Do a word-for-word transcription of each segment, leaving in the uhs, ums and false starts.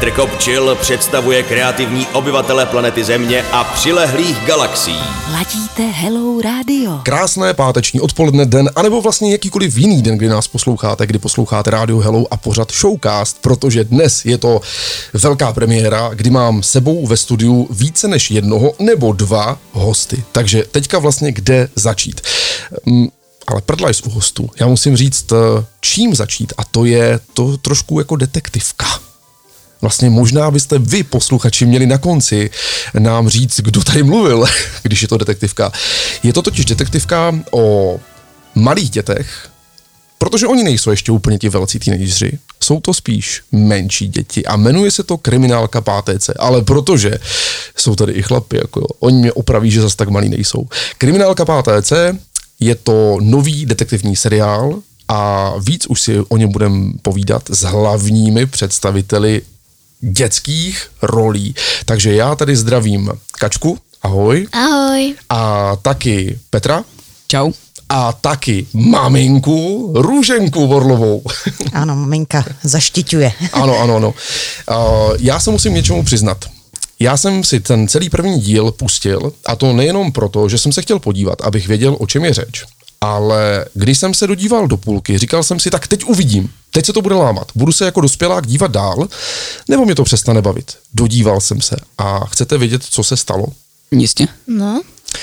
Petr Kopčil představuje kreativní obyvatele planety Země a přilehlých galaxií. Ladíte Hello Radio. Krásné páteční odpoledne, den, anebo vlastně jakýkoliv jiný den, kdy nás posloucháte, kdy posloucháte Radio Hello a pořad Showcast, protože dnes je to velká premiéra, kdy mám sebou ve studiu více než jednoho nebo dva hosty. Takže teďka vlastně kde začít? Um, ale prdlajs u hostů. Já musím říct, čím začít, a to je to trošku jako detektivka. Vlastně možná byste vy, posluchači, měli na konci nám říct, kdo tady mluvil, když je to detektivka. Je to totiž detektivka o malých dětech, protože oni nejsou ještě úplně ti velcí teenageři, jsou to spíš menší děti a jmenuje se to Kriminálka páté cé, ale protože jsou tady i chlapi, jako jo, oni mě opraví, že zas tak malí nejsou. Kriminálka páté cé je to nový detektivní seriál a víc už si o něm budeme povídat s hlavními představiteli dětských rolí. Takže já tady zdravím Kačku, ahoj. Ahoj. A taky Petra. Čau. A taky maminku Růženku Vorlovou. Ano, maminka zaštiťuje. Ano, ano, ano. Uh, já se musím něčemu přiznat. Já jsem si ten celý první díl pustil, a to nejenom proto, že jsem se chtěl podívat, abych věděl, o čem je řeč, ale když jsem se dodíval do půlky, říkal jsem si, tak teď uvidím, teď se to bude lámat, budu se jako dospělák dívat dál, nebo mě to přestane bavit. Dodíval jsem se a chcete vědět, co se stalo? Jistě. No.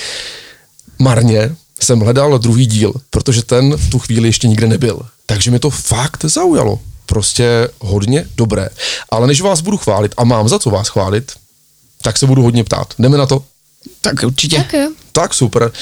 Marně jsem hledal druhý díl, protože ten v tu chvíli ještě nikde nebyl, takže mě to fakt zaujalo. Prostě hodně dobré. Ale než vás budu chválit, a mám za co vás chválit, tak se budu hodně ptát. Jdeme na to? Tak určitě. Tak jo. Tak super.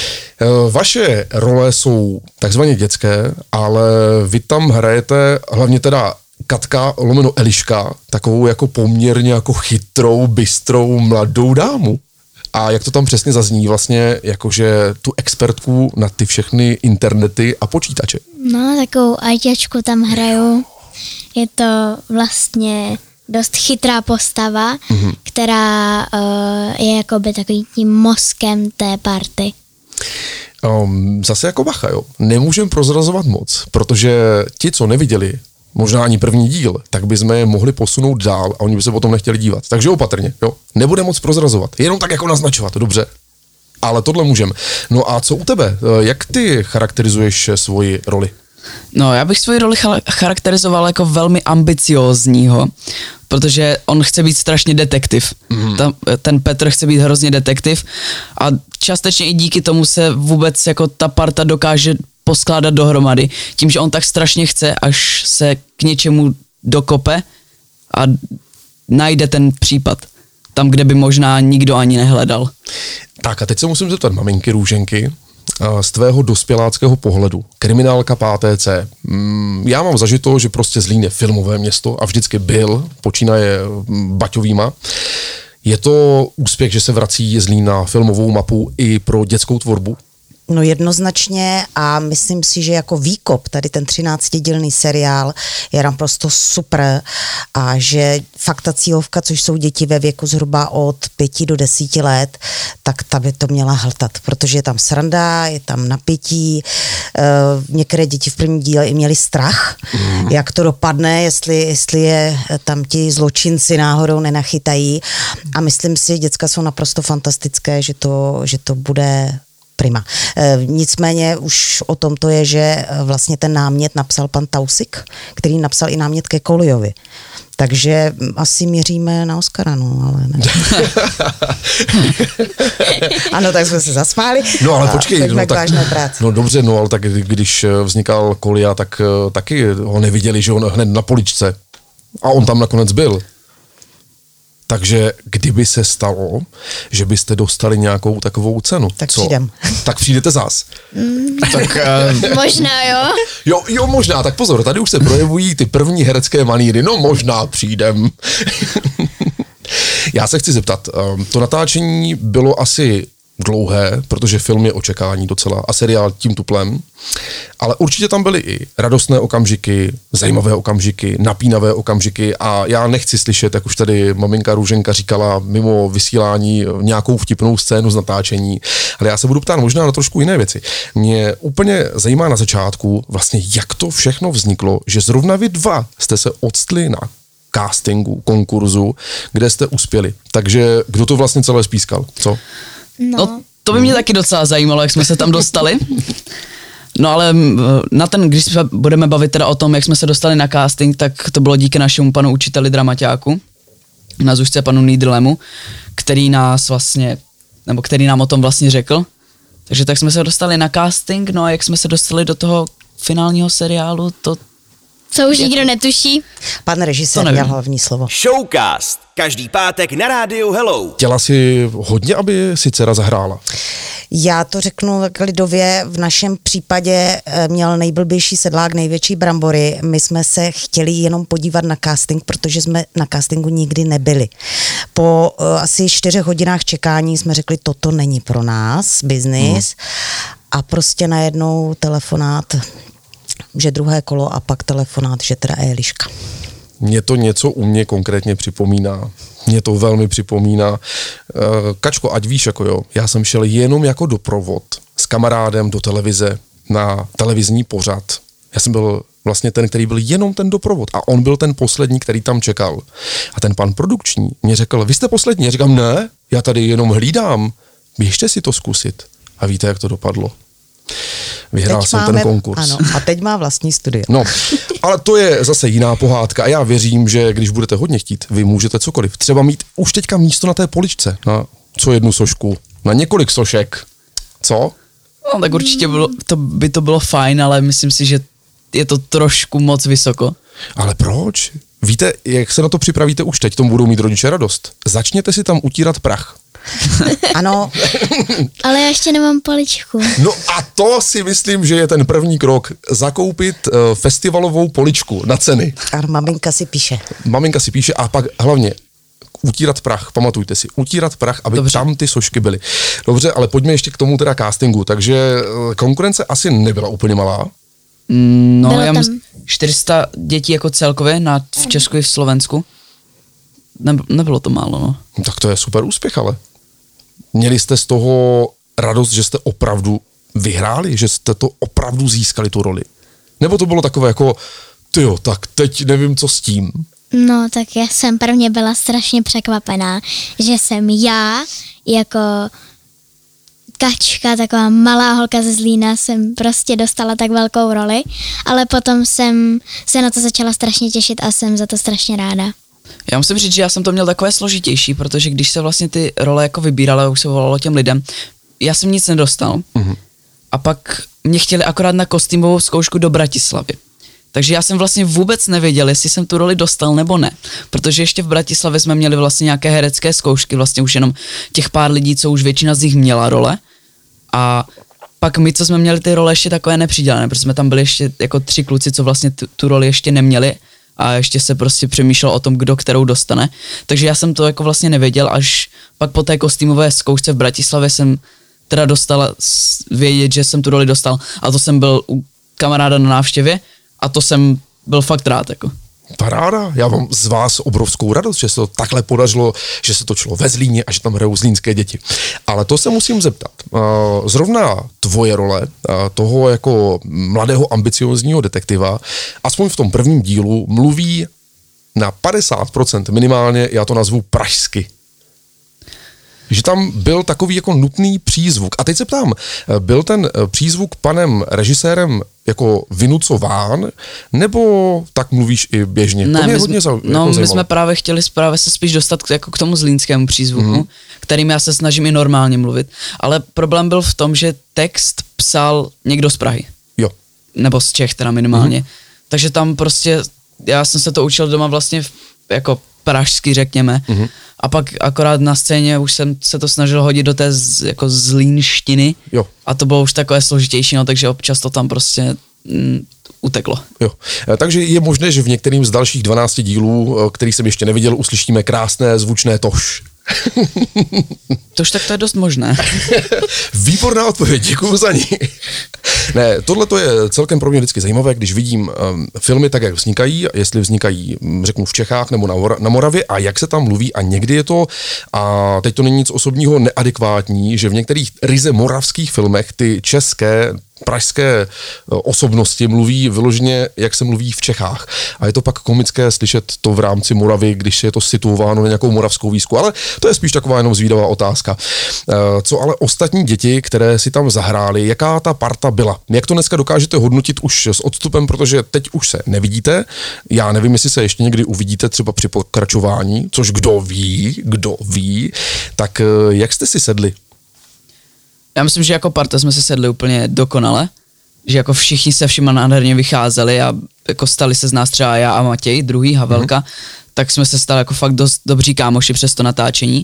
Vaše role jsou takzvaně dětské, ale vy tam hrajete hlavně teda Katka lomeno Eliška, takovou jako poměrně jako chytrou, bystrou mladou dámu. A jak to tam přesně zazní, vlastně jakože tu expertku na ty všechny internety a počítače. No, takovou ajťačku tam hraju. Je to vlastně dost chytrá postava, mm-hmm. která uh, je jakoby takovým tím mozkem té party. Um, zase jako bacha, jo. Nemůžem prozrazovat moc, protože ti, co neviděli možná ani první díl, tak bychom je mohli posunout dál a oni by se potom nechtěli dívat. Takže opatrně, jo. Nebude moc prozrazovat, jenom tak jako naznačovat, dobře. Ale tohle můžem. No a co u tebe? Jak ty charakterizuješ svoji roli? No, já bych svoji roli charakterizoval jako velmi ambiciózního, protože on chce být strašně detektiv. Mm. Ta, ten Petr chce být hrozně detektiv a částečně i díky tomu se vůbec jako ta parta dokáže poskládat dohromady. Tím, že on tak strašně chce, až se k něčemu dokope a najde ten případ. Tam, kde by možná nikdo ani nehledal. Tak a teď se musím zeptat maminky Růženky, z tvého dospěláckého pohledu, Kriminálka páté cé. Já mám zažito, že prostě Zlín je filmové město a vždycky byl, počínaje baťovýma. Je to úspěch, že se vrací Zlín na filmovou mapu i pro dětskou tvorbu? No jednoznačně a myslím si, že jako výkop tady ten třináctidílný seriál je naprosto super a že fakt ta cílovka, což jsou děti ve věku zhruba od pěti do desíti let, tak ta by to měla hltat, protože je tam sranda, je tam napětí, e, některé děti v prvním díle i měly strach, mm. jak to dopadne, jestli, jestli je tam ti zločinci náhodou nenachytají a myslím si, děcka jsou naprosto fantastické, že to, že to bude prima. E, nicméně už o tom to je, že vlastně ten námět napsal pan Tausik, který napsal i námět ke Kolijovi. Takže asi měříme na Oscara, no, ale ne. Ano, tak jsme se zasmáli. No ale počkej, no, tak, práci. no dobře, no ale tak když vznikal Kolia, tak taky ho neviděli, že on hned na poličce. A on tam nakonec byl. Takže kdyby se stalo, že byste dostali nějakou takovou cenu. Tak co? přijdem. Tak přijdete zás. Mm, tak, uh, možná jo. jo. Jo, možná, tak pozor, tady už se projevují ty první herecké maníry, no možná přijdem. Já se chci zeptat, um, to natáčení bylo asi dlouhé, protože film je očekání docela a seriál tím tuplem, ale určitě tam byly i radostné okamžiky, zajímavé okamžiky, napínavé okamžiky a já nechci slyšet, jak už tady maminka Růženka říkala mimo vysílání nějakou vtipnou scénu z natáčení, ale já se budu ptát možná na trošku jiné věci. Mě úplně zajímá na začátku vlastně, jak to všechno vzniklo, že zrovna vy dva jste se odstli na castingu, konkurzu, kde jste uspěli. Takže kdo to vlastně celé spískal? Co? No, No, to by mě taky docela zajímalo, jak jsme se tam dostali. No ale na ten, když se budeme bavit teda o tom, jak jsme se dostali na casting, tak to bylo díky našemu panu učiteli dramaťáku, na Zušce panu Niederlemu, který nás vlastně, nebo který nám o tom vlastně řekl. Takže tak jsme se dostali na casting, no a jak jsme se dostali do toho finálního seriálu, to... co už nikdo netuší. Pan režisér měl hlavní slovo. Showcast. Každý pátek na rádiu Hello. Chtěla si hodně, aby si dcera zahrála. Já to řeknu tak lidově, v našem případě měl nejblbější sedlák největší brambory. My jsme se chtěli jenom podívat na casting, protože jsme na castingu nikdy nebyli. Po uh, asi čtyřech hodinách čekání jsme řekli, toto není pro nás biznis. Hmm. A prostě najednou telefonát, že druhé kolo a pak telefonát, že teda Eliška. Mě to něco u mě konkrétně připomíná. Mě to velmi připomíná. Kačko, ať víš, jako jo, já jsem šel jenom jako doprovod s kamarádem do televize na televizní pořad. Já jsem byl vlastně ten, který byl jenom ten doprovod a on byl ten poslední, který tam čekal. A ten pan produkční mě řekl, vy jste poslední. Já říkám, ne, já tady jenom hlídám. Běžte si to zkusit. A víte, jak to dopadlo. Vyhrál teď jsem máme, ten konkurs. Ano, a teď má vlastní studio. No, ale to je zase jiná pohádka a já věřím, že když budete hodně chtít, vy můžete cokoliv. Třeba mít už teďka místo na té poličce, na co jednu sošku, na několik sošek. Co? No tak určitě bylo, to by to bylo fajn, ale myslím si, že je to trošku moc vysoko. Ale proč? Víte, jak se na to připravíte už teď, tomu budou mít rodiče radost. Začněte si tam utírat prach. Ano. Ale já ještě nemám poličku. No a to si myslím, že je ten první krok. Zakoupit uh, festivalovou poličku na ceny. A maminka si píše. Maminka si píše a pak hlavně utírat prach, pamatujte si, utírat prach, aby Dobře. tam ty sošky byly. Dobře, ale pojďme ještě k tomu teda castingu. Takže uh, konkurence asi nebyla úplně malá. No, Bylo já tam myslím, čtyři sta dětí jako celkově na, v Česku i v Slovensku. Ne, nebylo to málo, no. No, tak to je super úspěch, ale. Měli jste z toho radost, že jste opravdu vyhráli, že jste to opravdu získali tu roli? Nebo to bylo takové jako, tyjo, tak teď nevím, co s tím. No, tak já jsem prvně byla strašně překvapená, že jsem já jako Kačka, taková malá holka ze Zlína, jsem prostě dostala tak velkou roli, ale potom jsem se na to začala strašně těšit a jsem za to strašně ráda. Já musím říct, že já jsem to měl takové složitější, protože když se vlastně ty role jako vybíraly, už se volalo těm lidem, já jsem nic nedostal. Mm-hmm. A pak mě chtěli akorát na kostýmovou zkoušku do Bratislavy. Takže já jsem vlastně vůbec nevěděl, jestli jsem tu roli dostal nebo ne. Protože ještě v Bratislavě jsme měli vlastně nějaké herecké zkoušky, vlastně už jenom těch pár lidí, co už většina z nich měla role. A pak my, co jsme měli ty role ještě takové nepřidělané, protože jsme tam byli ještě jako tři kluci, co vlastně tu, tu roli ještě neměli a ještě se prostě přemýšlel o tom, kdo kterou dostane. Takže já jsem to jako vlastně nevěděl, až pak po té kostýmové zkoušce v Bratislavě jsem teda dostala vědět, že jsem tu roli dostal a to jsem byl u kamaráda na návštěvě a to jsem byl fakt rád, jako. Paráda, já mám z vás obrovskou radost, že se to takhle podařilo, že se točilo ve Zlíně a že tam hrajou zlínské děti. Ale to se musím zeptat. Zrovna tvoje role, toho jako mladého ambiciozního detektiva, aspoň v tom prvním dílu mluví na padesát procent minimálně, já to nazvu pražsky. Že tam byl takový jako nutný přízvuk. A teď se ptám, byl ten přízvuk panem režisérem jako vynucován, nebo tak mluvíš i běžně? Ne, to mě my, hodně jsme, jako no, my zajímalo. jsme právě chtěli právě se spíš dostat k, jako k tomu zlínskému přízvuku, mm-hmm. kterým já se snažím i normálně mluvit. Ale problém byl v tom, že text psal někdo z Prahy. Jo. Nebo z Čech teda minimálně. Mm-hmm. Takže tam prostě, já jsem se to učil doma vlastně v, jako pražsky, řekněme. Mm-hmm. A pak akorát na scéně už jsem se to snažil hodit do té z, jako zlínštiny. Jo. A to bylo už takové složitější, no, takže občas to tam prostě mm, uteklo. Jo. Takže je možné, že v některým z dalších dvanácti dílů, který jsem ještě neviděl, uslyšíme krásné zvučné tož. Tož tak to je dost možné. Výborná odpověď, děkuju za ní. Ne, tohle to je celkem pro mě vždycky zajímavé, když vidím um, filmy tak, jak vznikají, jestli vznikají, řeknu, v Čechách nebo na, na Moravě a jak se tam mluví a někdy je to, a teď to není nic osobního, neadekvátní, že v některých ryze moravských filmech ty české pražské osobnosti mluví vyloženě, jak se mluví v Čechách. A je to pak komické slyšet to v rámci Moravy, když je to situováno na nějakou moravskou výzku, ale to je spíš taková jenom zvídavá otázka. Co ale ostatní děti, které si tam zahrály, jaká ta parta byla? Jak to dneska dokážete hodnotit už s odstupem, protože teď už se nevidíte, já nevím, jestli se ještě někdy uvidíte třeba při pokračování, což kdo ví, kdo ví, tak jak jste si sedli? Já myslím, že jako parta jsme si sedli úplně dokonale, že jako všichni se všima nádherně vycházeli a jako stali se z nás třeba já a Matěj, druhý Havelka, mm-hmm. tak jsme se stali jako fakt dost dobří kámoši přes to natáčení.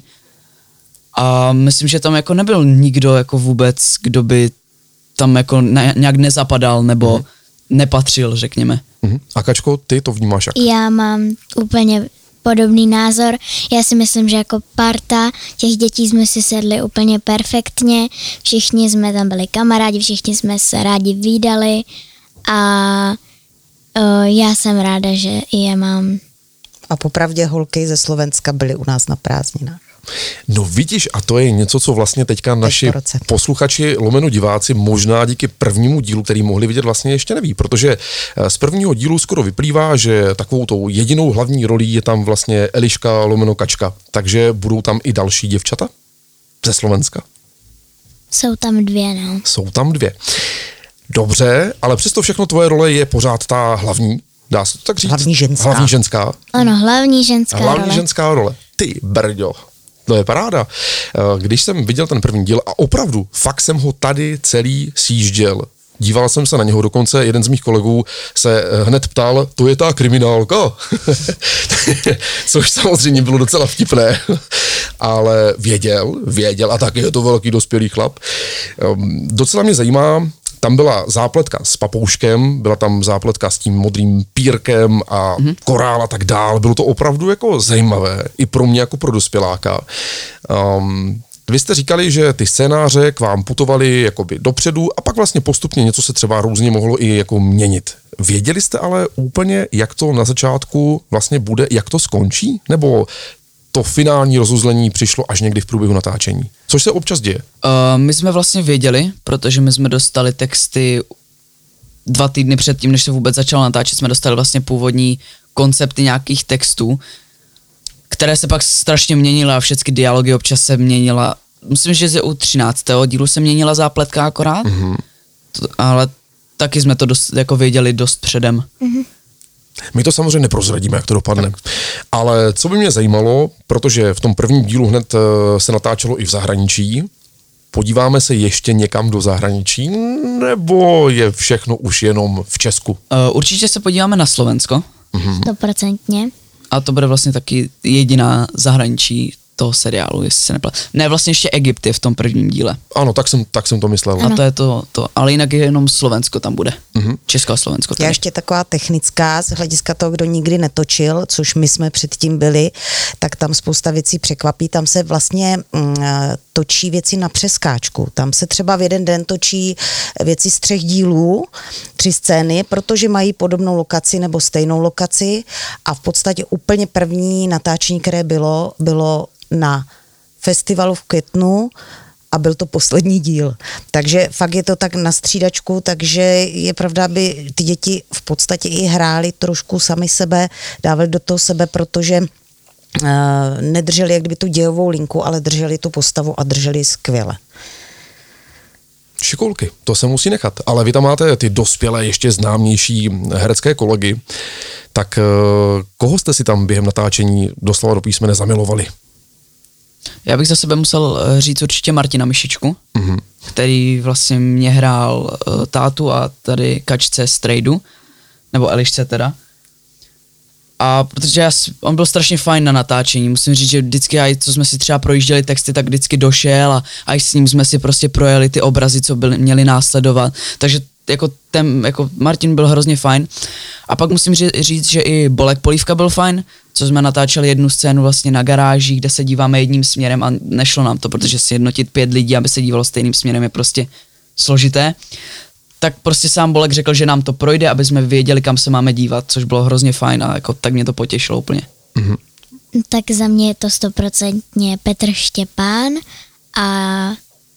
A myslím, že tam jako nebyl nikdo jako vůbec, kdo by tam jako ne, nějak nezapadal nebo mm-hmm. nepatřil, řekněme. Mm-hmm. A Kačko, ty to vnímáš jak? Já mám úplně podobný názor. Já si myslím, že jako parta těch dětí jsme si sedli úplně perfektně, všichni jsme tam byli kamarádi, všichni jsme se rádi vídali a uh, já jsem ráda, že i je mám. A popravdě holky ze Slovenska byly u nás na prázdninách. No vidíš, a to je něco, co vlastně teďka naši posluchači lomeno diváci možná díky prvnímu dílu, který mohli vidět, vlastně ještě neví, protože z prvního dílu skoro vyplývá, že takovou tou jedinou hlavní rolí je tam vlastně Eliška lomeno Kačka, takže budou tam i další děvčata ze Slovenska. Jsou tam dvě, no. Jsou tam dvě. Dobře, ale přesto všechno tvoje role je pořád ta hlavní, dá se to tak říct? Hlavní ženská. Hlavní ženská. Ano, hlavní ženská hlavní role. Hlavní ženská role. Ty brďo. To je paráda. Když jsem viděl ten první díl a opravdu, fakt jsem ho tady celý sjížděl. Díval jsem se na něho, dokonce jeden z mých kolegů se hned ptal, to je ta kriminálka. Což samozřejmě bylo docela vtipné, ale věděl, věděl a taky je to velký dospělý chlap. Docela mě zajímá, tam byla zápletka s papouškem, byla tam zápletka s tím modrým pírkem a mm-hmm. korál a tak dál. Bylo to opravdu jako zajímavé, i pro mě jako pro dospěláka. Um, vy jste říkali, že ty scénáře k vám putovaly jakoby dopředu a pak vlastně postupně něco se třeba různě mohlo i jako měnit. Věděli jste ale úplně, jak to na začátku vlastně bude, jak to skončí? Nebo to finální rozuzlení přišlo až někdy v průběhu natáčení? Což se občas děje. Uh, my jsme vlastně věděli, protože my jsme dostali texty dva týdny předtím, než se vůbec začalo natáčet, jsme dostali vlastně původní koncepty nějakých textů, které se pak strašně měnily a všechny dialogy občas se měnila. Myslím, že u třináctého dílu se měnila zápletka akorát, mm-hmm. to, ale taky jsme to dost, jako věděli dost předem. Mm-hmm. My to samozřejmě neprozradíme, jak to dopadne. Ale co by mě zajímalo, protože v tom prvním dílu hned se natáčelo i v zahraničí, podíváme se ještě někam do zahraničí, nebo je všechno už jenom v Česku? Uh, určitě se podíváme na Slovensko. Stoprocentně. A to bude vlastně taky jediná zahraničí toho seriálu, jestli se neplatí. Ne, vlastně ještě Egypt je v tom prvním díle. Ano, tak jsem, tak jsem to myslel. Ano. A to je to, to, ale jinak je jenom Slovensko tam bude. Uh-huh. Česko a Slovensko. Já ještě taková technická, z hlediska toho, kdo nikdy netočil, což my jsme předtím byli, tak tam spousta věcí překvapí. Tam se vlastně mm, točí věci na přeskáčku. Tam se třeba v jeden den točí věci z třech dílů, tři scény, protože mají podobnou lokaci nebo stejnou lokaci a v podstatě úplně první natáčení, které bylo, bylo na festivalu v květnu a byl to poslední díl. Takže fakt je to tak na střídačku, takže je pravda, aby ty děti v podstatě i hrály trošku sami sebe, dávali do toho sebe, protože uh, nedrželi jak kdyby tu dějovou linku, ale drželi tu postavu a drželi ji skvěle. Šikulky, to se musí nechat. Ale vy tam máte ty dospělé, ještě známější herecké kolegy, tak uh, koho jste si tam během natáčení doslova do písmene zamilovali? Já bych za sebe musel říct určitě Martina Myšičku, mm-hmm. který vlastně mě hrál uh, tátu a tady Kačce Strejdu, nebo Elišce teda. A protože já, on byl strašně fajn na natáčení, musím říct, že vždycky, aj co jsme si třeba projížděli texty, tak vždycky došel a aj s ním jsme si prostě projeli ty obrazy, co byly, měli následovat. Takže jako ten, jako Martin byl hrozně fajn. A pak musím říct, že i Bolek Polívka byl fajn, co jsme natáčeli jednu scénu vlastně na garáži, kde se díváme jedním směrem a nešlo nám to, protože si jednotit pět lidí, aby se dívalo stejným směrem, je prostě složité. Tak prostě sám Bolek řekl, že nám to projde, aby jsme věděli, kam se máme dívat, což bylo hrozně fajn a jako tak mě to potěšilo úplně. Mm-hmm. Tak za mě je to stoprocentně Petr Štěpán a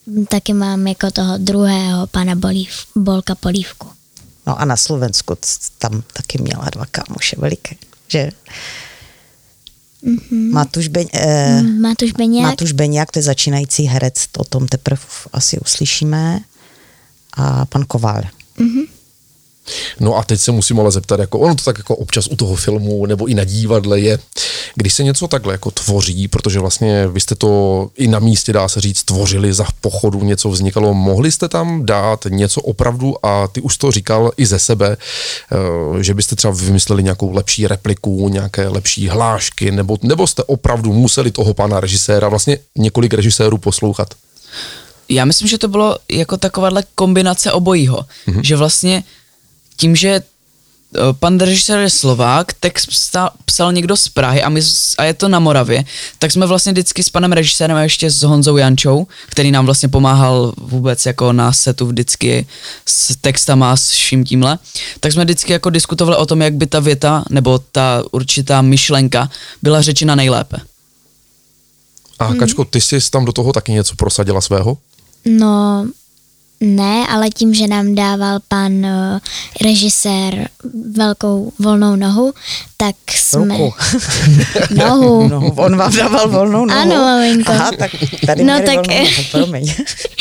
taky mám jako toho druhého pana Bolív, Bolka Polívku. No a na Slovensku tam taky měla dva kámoše veliké, že? Mm-hmm. Matuš, Beň, eh, Matuš Beňák. Matuš Beňák, to je začínající herec, to o tom teprve asi uslyšíme. A pan Koval. Mm-hmm. No a teď se musím ale zeptat, jako ono to tak jako občas u toho filmu nebo i na divadle je, když se něco takhle jako tvoří, protože vlastně vy jste to i na místě, dá se říct, tvořili za pochodu, něco vznikalo, mohli jste tam dát něco opravdu a ty už to říkal i ze sebe, že byste třeba vymysleli nějakou lepší repliku, nějaké lepší hlášky, nebo, nebo jste opravdu museli toho pana režiséra, vlastně několik režisérů poslouchat? Já myslím, že to bylo jako takováhle kombinace obojího, mm-hmm. že vlastně tím, že pan režisér je Slovák, text psal, psal někdo z Prahy a, my, a je to na Moravě, tak jsme vlastně vždycky s panem režisérem a ještě s Honzou Jančou, který nám vlastně pomáhal vůbec jako na setu vždycky s textama, s vším tímhle, tak jsme vždycky jako diskutovali o tom, jak by ta věta nebo ta určitá myšlenka byla řečena nejlépe. A Kačko, ty jsi tam do toho taky něco prosadila svého? No, ne, ale tím, že nám dával pan uh, režisér velkou volnou nohu, tak jsme... Ruku. Nohu. No, on vám dával volnou nohu? Ano, maminko. Aha, tak tady no, měli tak... volnou nohu, promiň.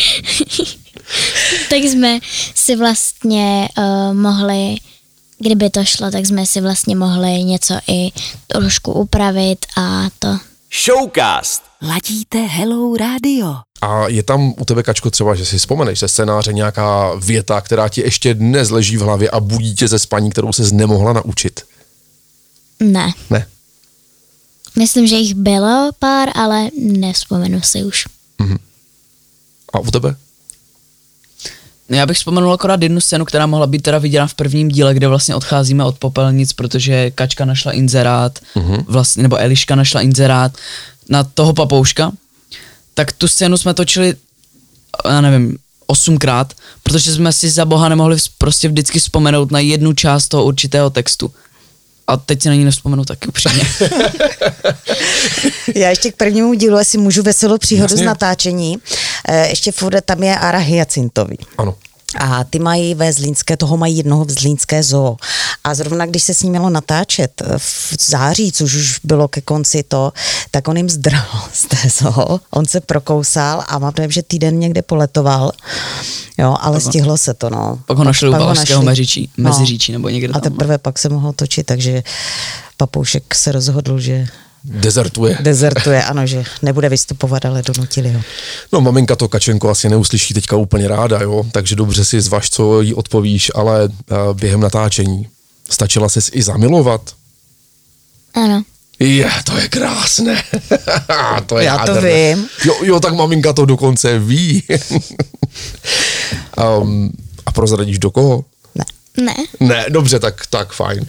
Tak jsme si vlastně uh, mohli, kdyby to šlo, tak jsme si vlastně mohli něco i trošku upravit a to. Showcast. Ladíte Hello Radio. A je tam u tebe, Kačko, třeba, že si vzpomeneš ze scénáře nějaká věta, která ti ještě dnes leží v hlavě a budí tě ze spaní, kterou ses nemohla naučit? Ne. Ne. Myslím, že jich bylo pár, ale nevzpomenu si už. Mhm. A u tebe? Já bych vzpomenul akorát jednu scénu, která mohla být teda viděna v prvním díle, kde vlastně odcházíme od popelnic, protože Kačka našla inzerát, uh-huh. vlastně, nebo Eliška našla inzerát na toho papouška. Tak tu scénu jsme točili, já nevím, osmkrát, protože jsme si za boha nemohli prostě vždycky vzpomenout na jednu část toho určitého textu. A teď si na ní nevzpomenu taky upřímně. Já ještě k prvnímu dílu asi můžu veselou příhodu Jasně. z natáčení. E, ještě furt tam je Ara Hyacintový. Ano. A ty mají ve Zlínské, toho mají jednoho v Zlínské zoo. A zrovna když se s ním mělo natáčet v září, což už bylo ke konci to, tak on jim zdrhl z té zoo. On se prokousal a mám dojem, že týden někde poletoval. Jo, ale pak stihlo se to, no. Pak ho našli u Valašského našli. Meziříčí, nebo někde tam. A teprve pak se mohl točit, takže papoušek se rozhodl, že Dezertuje. Dezertuje, ano, že nebude vystupovat, ale donutili ho. No, maminka to, Kačenko, asi neuslyší teďka úplně ráda, jo, takže dobře si zvaž, co jí odpovíš, ale uh, během natáčení stačila ses i zamilovat? Ano. Je, to je krásné. To je Já to jádrné. vím. Jo, jo, tak maminka to dokonce ví. um, a prozradíš do koho? Ne. Ne. Ne, dobře, tak, tak fajn.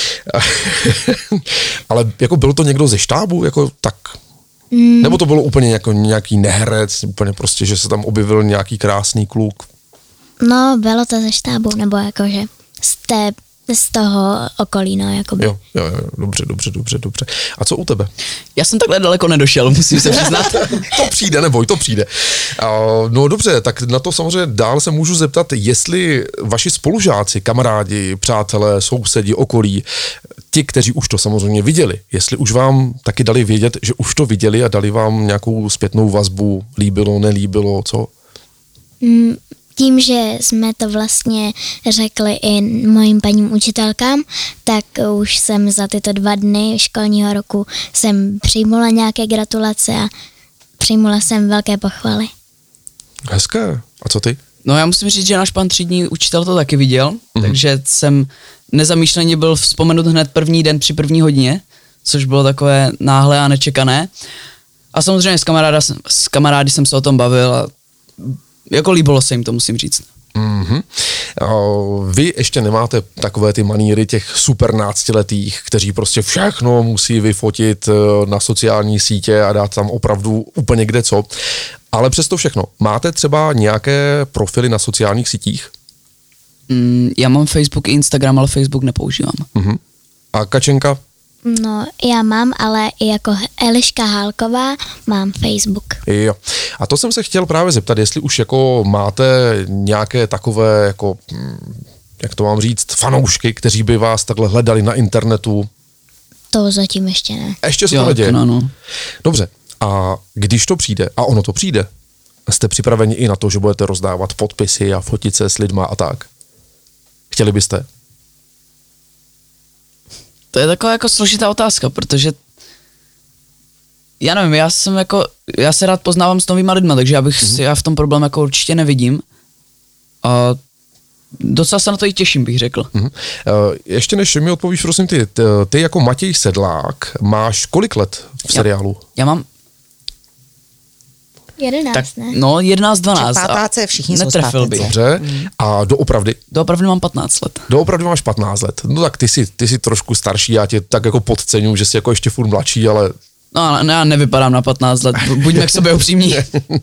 Ale jako byl to někdo ze štábu, jako tak? Mm. Nebo to bylo úplně jako nějaký neherec, úplně prostě, že se tam objevil nějaký krásný kluk? No, bylo to ze štábu, nebo jakože z, té, z toho okolí, no, jakoby. Jo, jo, jo, dobře, dobře, dobře, dobře. A co u tebe? Já jsem takhle daleko nedošel, musím se přiznat. To přijde, neboj, to přijde. Uh, no dobře, tak na to samozřejmě dál se můžu zeptat, jestli vaši spolužáci, kamarádi, přátelé, sousedi, okolí, ti, kteří už to samozřejmě viděli, jestli už vám taky dali vědět, že už to viděli a dali vám nějakou zpětnou vazbu, líbilo, nelíbilo, co? Mm, tím, že jsme to vlastně řekli i mojim paním učitelkám, tak už jsem za tyto dva dny školního roku jsem přijmula nějaké gratulace a přijmula jsem velké pochvaly. Hezké. A co ty? No já musím říct, že náš pan třídní učitel to taky viděl, mm-hmm. takže jsem nezamýšleně byl vzpomenut hned první den při první hodině, což bylo takové náhle a nečekané. A samozřejmě s, kamaráda, s kamarády jsem se o tom bavil a jako líbilo se jim to, musím říct. Mm-hmm. Vy ještě nemáte takové ty maníry těch super náctiletých, kteří prostě všechno musí vyfotit na sociální sítě a dát tam opravdu úplně kde co. Ale přesto všechno, máte třeba nějaké profily na sociálních sítích? Mm, já mám Facebook i Instagram, ale Facebook nepoužívám. Mm-hmm. A Kačenka? No, já mám, ale i jako Eliška Hálková mám Facebook. Jo. A to jsem se chtěl právě zeptat, jestli už jako máte nějaké takové, jako, jak to mám říct, fanoušky, kteří by vás takhle hledali na internetu. To zatím ještě ne. Ještě se Jo, to neděje. no, no. Dobře. A když to přijde, a ono to přijde, jste připraveni i na to, že budete rozdávat podpisy a fotit se s lidma a tak? Chtěli byste? To je taková jako složitá otázka, protože já nevím, já jsem jako, já se rád poznávám s novýma lidma, takže já bych, mm-hmm. já v tom problém jako určitě nevidím. A docela se na to i těším, bych řekl. Mm-hmm. Uh, ještě než mi odpovíš, prosím ty, ty, ty jako Matěj Sedlák máš kolik let v seriálu? Já, já mám Jedenáct, tak, ne? no jedenáct dvanáct. Pátáce, všichni jsou netrefil bych. Dobře. Mm. A doopravdy? Doopravdy mám patnáct let. Doopravdy máš patnáct let. No tak ty jsi, ty jsi trošku starší, já tě tak jako podceňuji, že jsi jako ještě furt mladší, ale... No já nevypadám na patnáct let, buďme k sobě upřímní.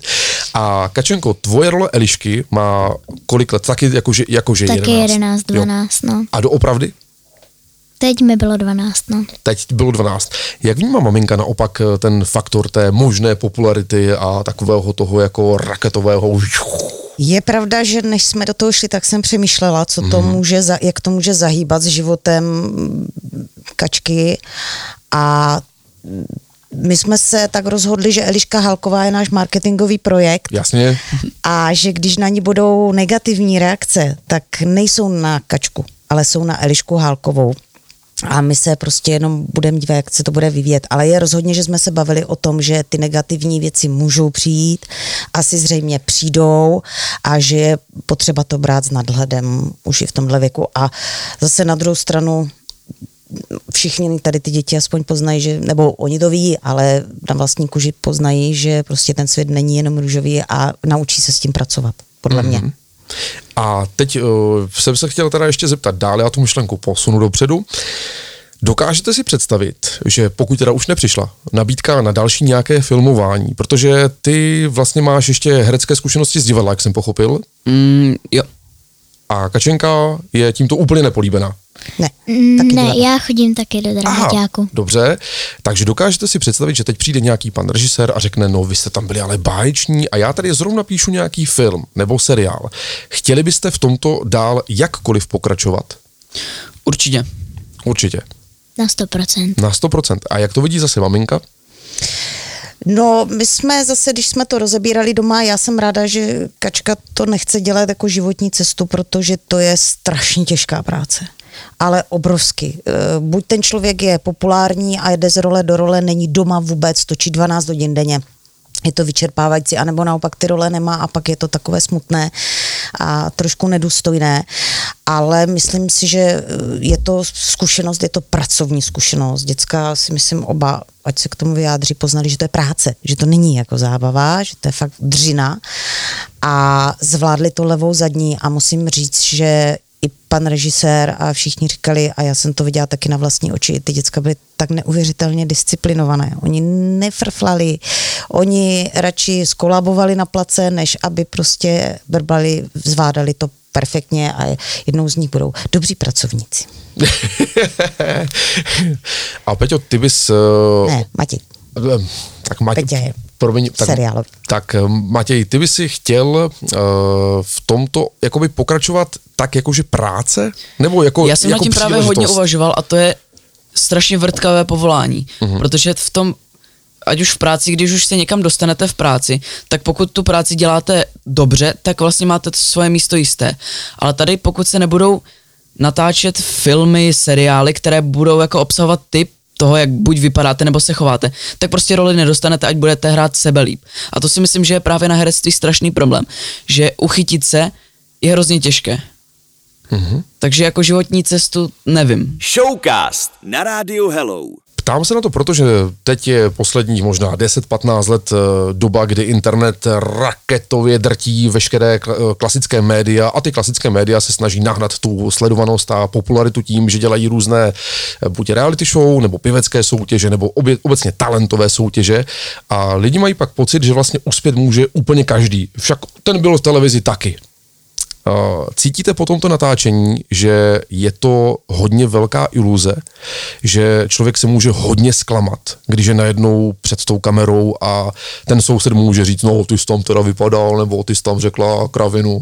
A Kačenko, tvoje role Elišky má kolik let? Taky jakože, jakože Taky jedenáct, dvanáct, no. A doopravdy? Teď mi bylo dvanáct, no. Teď bylo dvanáct. Jak vnímá maminka naopak ten faktor té možné popularity a takového toho jako raketového... Je pravda, že než jsme do toho šli, tak jsem přemýšlela, co to může, za, jak to může zahýbat s životem Kačky a my jsme se tak rozhodli, že Eliška Hálková je náš marketingový projekt. Jasně. A že když na ní budou negativní reakce, tak nejsou na Kačku, ale jsou na Elišku Hálkovou. A my se prostě jenom budeme dívat, jak se to bude vyvíjet. Ale je rozhodně, že jsme se bavili o tom, že ty negativní věci můžou přijít, asi zřejmě přijdou a že je potřeba to brát s nadhledem už i v tomhle věku. A zase na druhou stranu všichni tady ty děti aspoň poznají, že, nebo oni to ví, ale na vlastní kůži poznají, že prostě ten svět není jenom růžový a naučí se s tím pracovat, podle mm-hmm. mě. A teď uh, jsem se chtěl teda ještě zeptat dále, já tu myšlenku posunu dopředu. Dokážete si představit, že pokud teda už nepřišla nabídka na další nějaké filmování, protože ty vlastně máš ještě herecké zkušenosti z divadla, jak jsem pochopil. Mm, jo. A Kačenka je tímto úplně nepolíbená. Ne, taky ne, divadla. já chodím taky do dramaťáku. Dobře, takže dokážete si představit, že teď přijde nějaký pan režisér a řekne, no vy jste tam byli ale báječní a já tady zrovna píšu nějaký film nebo seriál. Chtěli byste v tomto dál jakkoliv pokračovat? Určitě. Určitě. Na sto procent. Na sto procent. A jak to vidí zase maminka? No, my jsme zase, když jsme to rozebírali doma, já jsem ráda, že Kačka to nechce dělat jako životní cestu, protože to je strašně těžká práce. Ale obrovsky. Buď ten člověk je populární a jde z role do role, není doma vůbec, točí dvanáct hodin denně. Je to vyčerpávající, anebo naopak ty role nemá a pak je to takové smutné a trošku nedůstojné. Ale myslím si, že je to zkušenost, je to pracovní zkušenost. Děcka si myslím oba, ať se k tomu vyjádří, poznali, že to je práce, že to není jako zábava, že to je fakt dřina a zvládli to levou zadní a musím říct, že i pan režisér a všichni říkali, a já jsem to viděla taky na vlastní oči, ty děcka byly tak neuvěřitelně disciplinované. Oni nefrflali, oni radši skolabovali na place, než aby prostě brbali, zvládali to perfektně a jednou z nich budou dobří pracovníci. A Peťo, ty bys... Ne, Matěj. Tak Matěj. Peťa je Promiň, tak, seriálový. Tak Matěj, ty bys si chtěl uh, v tomto jakoby pokračovat tak jakože práce? Nebo jako Já jsem jako nad tím právě hodně uvažoval a to je strašně vrtkavé povolání, uh-huh. protože v tom, ať už v práci, když už se někam dostanete v práci, tak pokud tu práci děláte dobře, tak vlastně máte to svoje místo jisté. Ale tady pokud se nebudou natáčet filmy, seriály, které budou jako obsahovat typ toho, jak buď vypadáte, nebo se chováte, tak prostě roli nedostanete, ať budete hrát sebelíp. A to si myslím, že je právě na herectví strašný problém, že uchytit se je hrozně těžké. Mm-hmm. Takže jako životní cestu nevím. Showcast na rádiu Hello. Ptám se na to, protože teď je posledních možná deset patnáct let doba, kdy internet raketově drtí veškeré klasické média a ty klasické média se snaží nahnat tu sledovanost a popularitu tím, že dělají různé buď reality show, nebo pěvecké soutěže, nebo obě, obecně talentové soutěže a lidi mají pak pocit, že vlastně uspět může úplně každý. Však ten byl v televizi taky. Cítíte po tomto natáčení, že je to hodně velká iluze, že člověk se může hodně zklamat, když je najednou před tou kamerou a ten soused může říct, no ty jsi tam teda vypadal, nebo ty jsi tam řekla kravinu.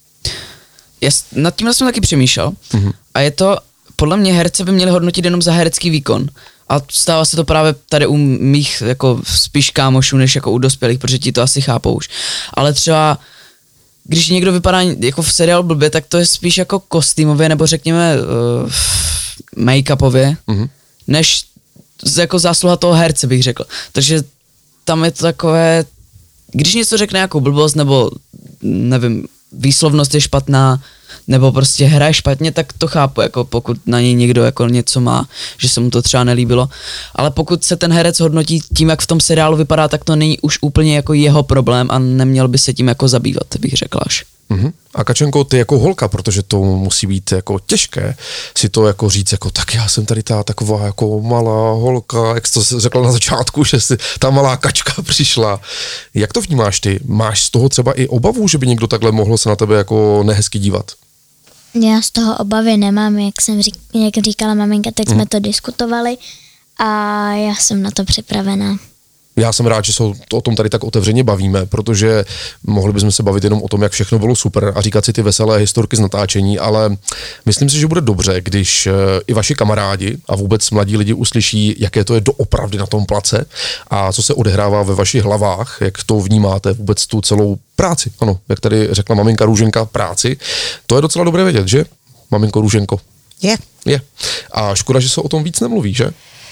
Já nad tímhle jsem taky přemýšlel mm-hmm. a je to, podle mě herce by měli hodnotit jenom za herecký výkon. A stává se to právě tady u mých jako spíš kámošů, než jako u dospělých, protože ti to asi chápou už. Ale třeba, když někdo vypadá jako v seriálu blbě, tak to je spíš jako kostýmově, nebo řekněme uh, make-upově, mm-hmm. než jako zásluha toho herce, bych řekl. Takže tam je to takové, když něco řekne jako blbost, nebo nevím, výslovnost je špatná, nebo prostě hraje špatně, tak to chápu, jako pokud na něj někdo jako něco má, že se mu to třeba nelíbilo. Ale pokud se ten herec hodnotí tím, jak v tom seriálu vypadá, tak to není už úplně jako jeho problém a neměl by se tím jako zabývat, bych řekla až. Uh-huh. A Kačenko, ty jako holka, protože to musí být jako těžké si to jako říct, jako tak já jsem tady ta taková jako malá holka, jak jsi to řekla na začátku, že si ta malá Kačka přišla. Jak to vnímáš ty? Máš z toho třeba i obavu, že by někdo takhle mohl se na tebe jako nehezky dívat? Já z toho obavy nemám, jak jsem řík, jak říkala maminka, teď uh-huh. jsme to diskutovali a já jsem na to připravená. Já jsem rád, že se o tom tady tak otevřeně bavíme, protože mohli bychom se bavit jenom o tom, jak všechno bylo super a říkat si ty veselé historky z natáčení, ale myslím si, že bude dobře, když i vaši kamarádi a vůbec mladí lidi uslyší, jaké to je doopravdy na tom place a co se odehrává ve vašich hlavách, jak to vnímáte vůbec tu celou práci. Ano, jak tady řekla maminka Růženka, práci. To je docela dobré vědět, že? Maminko Růženko. Je. Je. A škoda, že se o tom víc nemluví, že?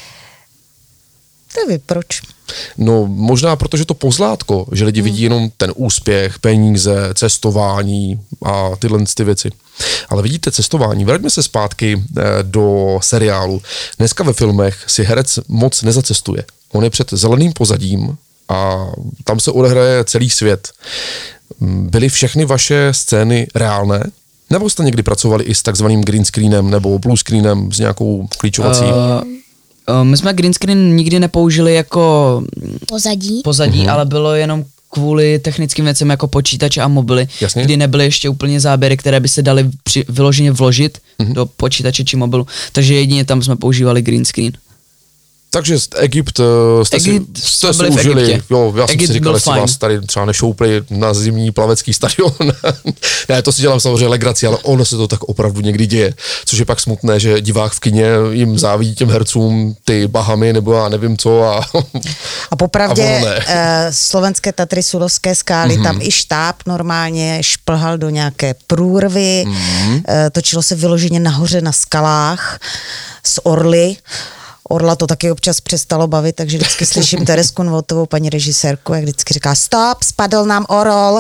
Nevím, proč. No možná protože to pozlátko, že lidi hmm. vidí jenom ten úspěch, peníze, cestování a tyhle ty věci. Ale vidíte cestování, vraťme se zpátky do seriálu. Dneska ve filmech si herec moc nezacestuje. On je před zeleným pozadím a tam se odehraje celý svět. Byly všechny vaše scény reálné? Nebo jste někdy pracovali i s takzvaným green screenem nebo blue screenem s nějakou klíčovací? Uh... My jsme green screen nikdy nepoužili jako pozadí, pozadí uh-huh. ale bylo jenom kvůli technickým věcem jako počítače a mobily, Jasně. kdy nebyly ještě úplně záběry, které by se daly při, vyloženě vložit uh-huh. do počítače či mobilu, takže jedině tam jsme používali green screen. Takže Egypt jste Egypt si, jste si byli užili, jo, já jsem Egypt si říkal, jestli vás tady třeba nešoupli na zimní plavecký stadion. Ne, to si dělám samozřejmě legraci, ale ono se to tak opravdu někdy děje. Což je pak smutné, že divák v kině jim závidí těm hercům ty Bahamy nebo já nevím co. A, a popravdě a uh, slovenské Tatry, Sulovské skály, mm-hmm. tam i štáb normálně šplhal do nějaké průrvy, mm-hmm. uh, točilo se vyloženě nahoře na skalách z orly. Orla to taky občas přestalo bavit, takže vždycky slyším Teresku Nvotovou, paní režisérku, jak vždycky říká stop, spadl nám orol.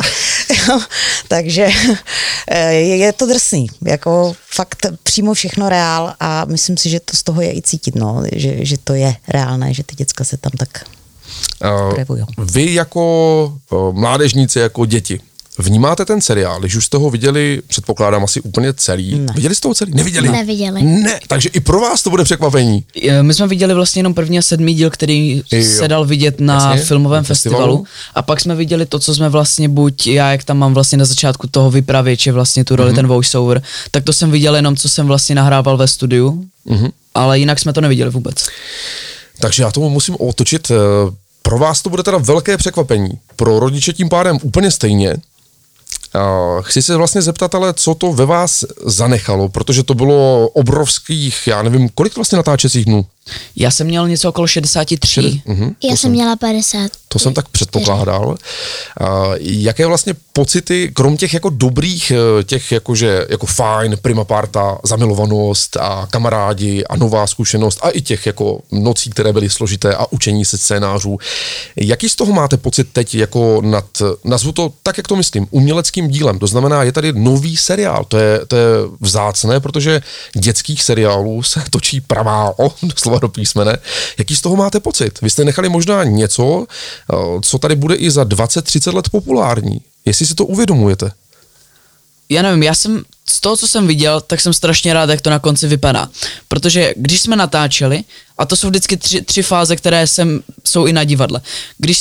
Takže je to drsný, jako fakt přímo všechno reál a myslím si, že to z toho je i cítit, no, že, že to je reálné, že ty děcka se tam tak projevují. Uh, vy jako uh, mládežníci, jako děti, vnímáte ten seriál, když už jste ho viděli, předpokládám asi úplně celý. Ne. Viděli jste ho celý? Neviděli? Neviděli. Ne, takže i pro vás to bude překvapení. My jsme viděli vlastně jenom první a sedmý díl, který jo. se dal vidět na Jasně, filmovém festivalu. festivalu a pak jsme viděli to, co jsme vlastně buď já, jak tam mám vlastně na začátku toho vypravěče vlastně tu roli, mm-hmm. ten voiceover, tak to jsem viděl jenom, co jsem vlastně nahrával ve studiu, mm-hmm. ale jinak jsme to neviděli vůbec. Takže já tomu musím otočit. Pro vás to bude teda velké překvapení. Pro rodiče tím pádem úplně stejně. Uh, chci se vlastně zeptat, ale co to ve vás zanechalo, protože to bylo obrovských, já nevím, kolik vlastně natáčecích dnů? Já jsem měl něco okolo šedesát tři. Uh-huh, Já jsem měla padesát. To jsem tak předpokládal. Uh, jaké vlastně pocity, krom těch jako dobrých, těch jakože jako fajn, prima parta, zamilovanost a kamarádi a nová zkušenost a i těch jako nocí, které byly složité a učení se scénářů. Jaký z toho máte pocit teď jako nad, nazvu to tak, jak to myslím, uměleckým dílem? To znamená, je tady nový seriál, to je, to je vzácné, protože dětských seriálů se točí pramálo, doslova do písmene. Jaký z toho máte pocit? Vy jste nechali možná něco, co tady bude i za dvacet třicet let populární. Jestli si to uvědomujete? Já nevím, já jsem z toho, co jsem viděl, tak jsem strašně rád, jak to na konci vypadá. Protože když jsme natáčeli, a to jsou vždycky tři, tři fáze, které jsem, jsou i na divadle. Když se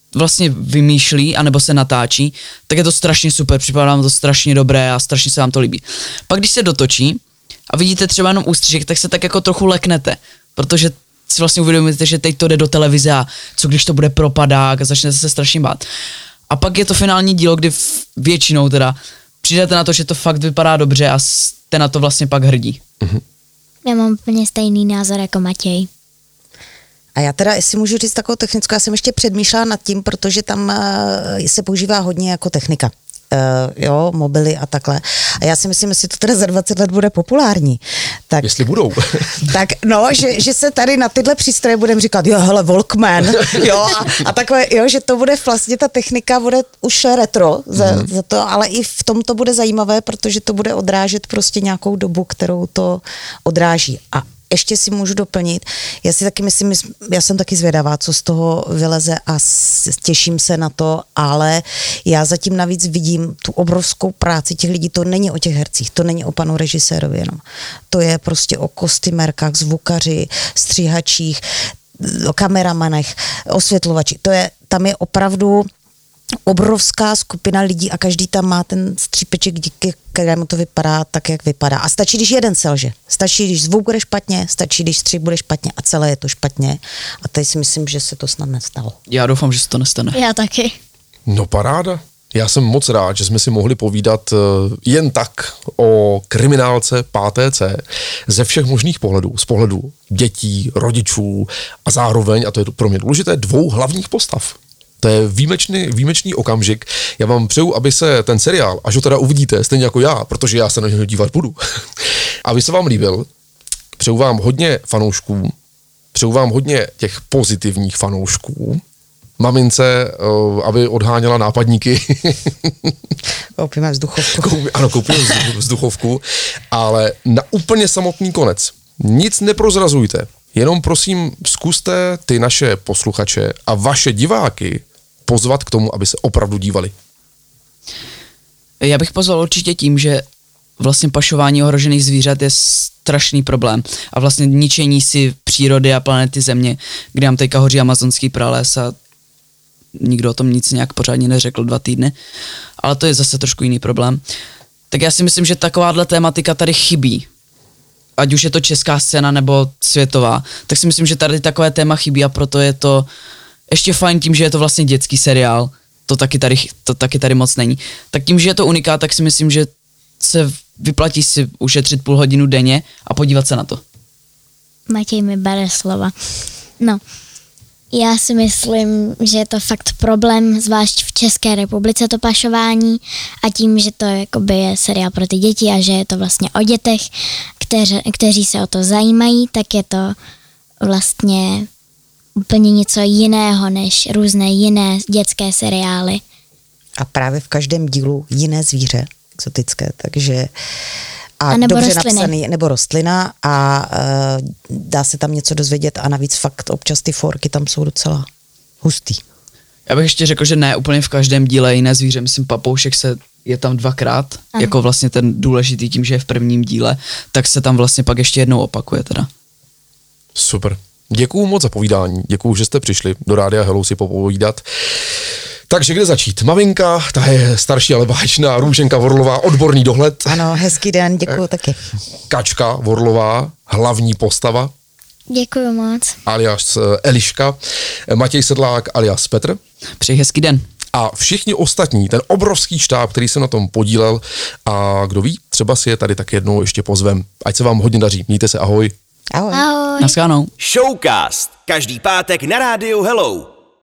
vlastně vymýšlí, anebo se natáčí, tak je to strašně super, připadá vám to strašně dobré a strašně se vám to líbí. Pak když se dotočí a vidíte třeba jenom ústřižek, tak se tak jako trochu leknete, protože si vlastně uvědomíte, že teď to jde do televize a co když to bude propadák a začnete se strašně bát. A pak je to finální dílo, kdy většinou teda přijdete na to, že to fakt vypadá dobře a jste na to vlastně pak hrdí. Mm-hmm. Já mám úplně stejný názor jako Matěj. A já teda, jestli můžu říct takovou technickou, já jsem ještě předmýšlela nad tím, protože tam uh, se používá hodně jako technika. Uh, jo, mobily a takhle. A já si myslím, jestli to teda za dvacet let bude populární. Tak, Jestli budou. tak no, že, že se tady na tyhle přístroje budeme říkat, jo, hele, Walkman, jo, a, a takhle, jo, že to bude vlastně, ta technika bude už retro za, mm. za to, ale i v tom to bude zajímavé, protože to bude odrážet prostě nějakou dobu, kterou to odráží. A ještě si můžu doplnit, já si taky myslím, já jsem taky zvědavá, co z toho vyleze a těším se na to, ale já zatím navíc vidím tu obrovskou práci těch lidí, to není o těch hercích, to není o panu režisérovi jenom, to je prostě o kostymérkách, zvukaři, stříhačích, o kameramanech, osvětlovači, to je, tam je opravdu obrovská skupina lidí a každý tam má ten střípeček, díky kterému to vypadá tak, jak vypadá. A stačí, když jeden selže. Stačí, když zvuk bude špatně, stačí, když střih bude špatně a celé je to špatně. A tady si myslím, že se to snad nestalo. Já doufám, že se to nestane. Já taky. No paráda. Já jsem moc rád, že jsme si mohli povídat jen tak o kriminálce páté C ze všech možných pohledů. Z pohledu dětí, rodičů a zároveň, a to je pro mě důležité, dvou hlavních postav. To je výjimečný, výjimečný okamžik. Já vám přeju, aby se ten seriál, až ho teda uvidíte, stejně jako já, protože já se na něj dívat budu, aby se vám líbil. Přeju vám hodně fanoušků, přeju vám hodně těch pozitivních fanoušků, mamince, aby odháněla nápadníky. Koupíme vzduchovku. Koupí, ano, koupíme vzduchovku, ale na úplně samotný konec. Nic neprozrazujte, jenom prosím zkuste ty naše posluchače a vaše diváky pozvat k tomu, aby se opravdu dívali. Já bych pozval určitě tím, že vlastně pašování ohrožených zvířat je strašný problém a vlastně ničení si přírody a planety Země, kde nám teďka hoří amazonský prales a nikdo o tom nic nějak pořádně neřekl dva týdny, ale to je zase trošku jiný problém. Tak já si myslím, že takováhle tématika tady chybí. Ať už je to česká scéna nebo světová, tak si myslím, že tady takové téma chybí a proto je to ještě fajn tím, že je to vlastně dětský seriál, to taky tady, to taky tady moc není. Tak tím, že je to unikát, tak si myslím, že se vyplatí si ušetřit půl hodinu denně a podívat se na to. Matěj mi bere slova. No, já si myslím, že je to fakt problém, zvlášť v České republice to pašování a tím, že to jakoby je seriál pro ty děti a že je to vlastně o dětech, kteři, kteří se o to zajímají, tak je to vlastně úplně něco jiného než různé jiné dětské seriály. A právě v každém dílu jiné zvíře, exotické, takže a, a nebo dobře rostliny. napsaný, nebo rostlina a uh, dá se tam něco dozvědět a navíc fakt občas ty forky tam jsou docela hustý. Já bych ještě řekl, že ne úplně v každém díle jiné zvíře, myslím papoušek se je tam dvakrát, ano. Jako vlastně ten důležitý tím, že je v prvním díle, tak se tam vlastně pak ještě jednou opakuje teda. Super. Děkuju moc za povídání, děkuju, že jste přišli do Rádia Hello si popovídat. Takže kde začít? Maminka, ta je starší, ale báječná, Růženka Vorlová, odborný dohled. Ano, hezký den, děkuju taky. Kačka Vorlová, hlavní postava. Děkuju moc. Alias Eliška, Matěj Sedlák alias Petr. Přeji hezký den. A všichni ostatní, ten obrovský štáb, který se na tom podílel a kdo ví, třeba si je tady tak jednou ještě pozvem. Ať se vám hodně daří, mějte se, ahoj. Ahoj. Ahoj. Naschledanou. Showcast. Každý pátek na rádiu Hello.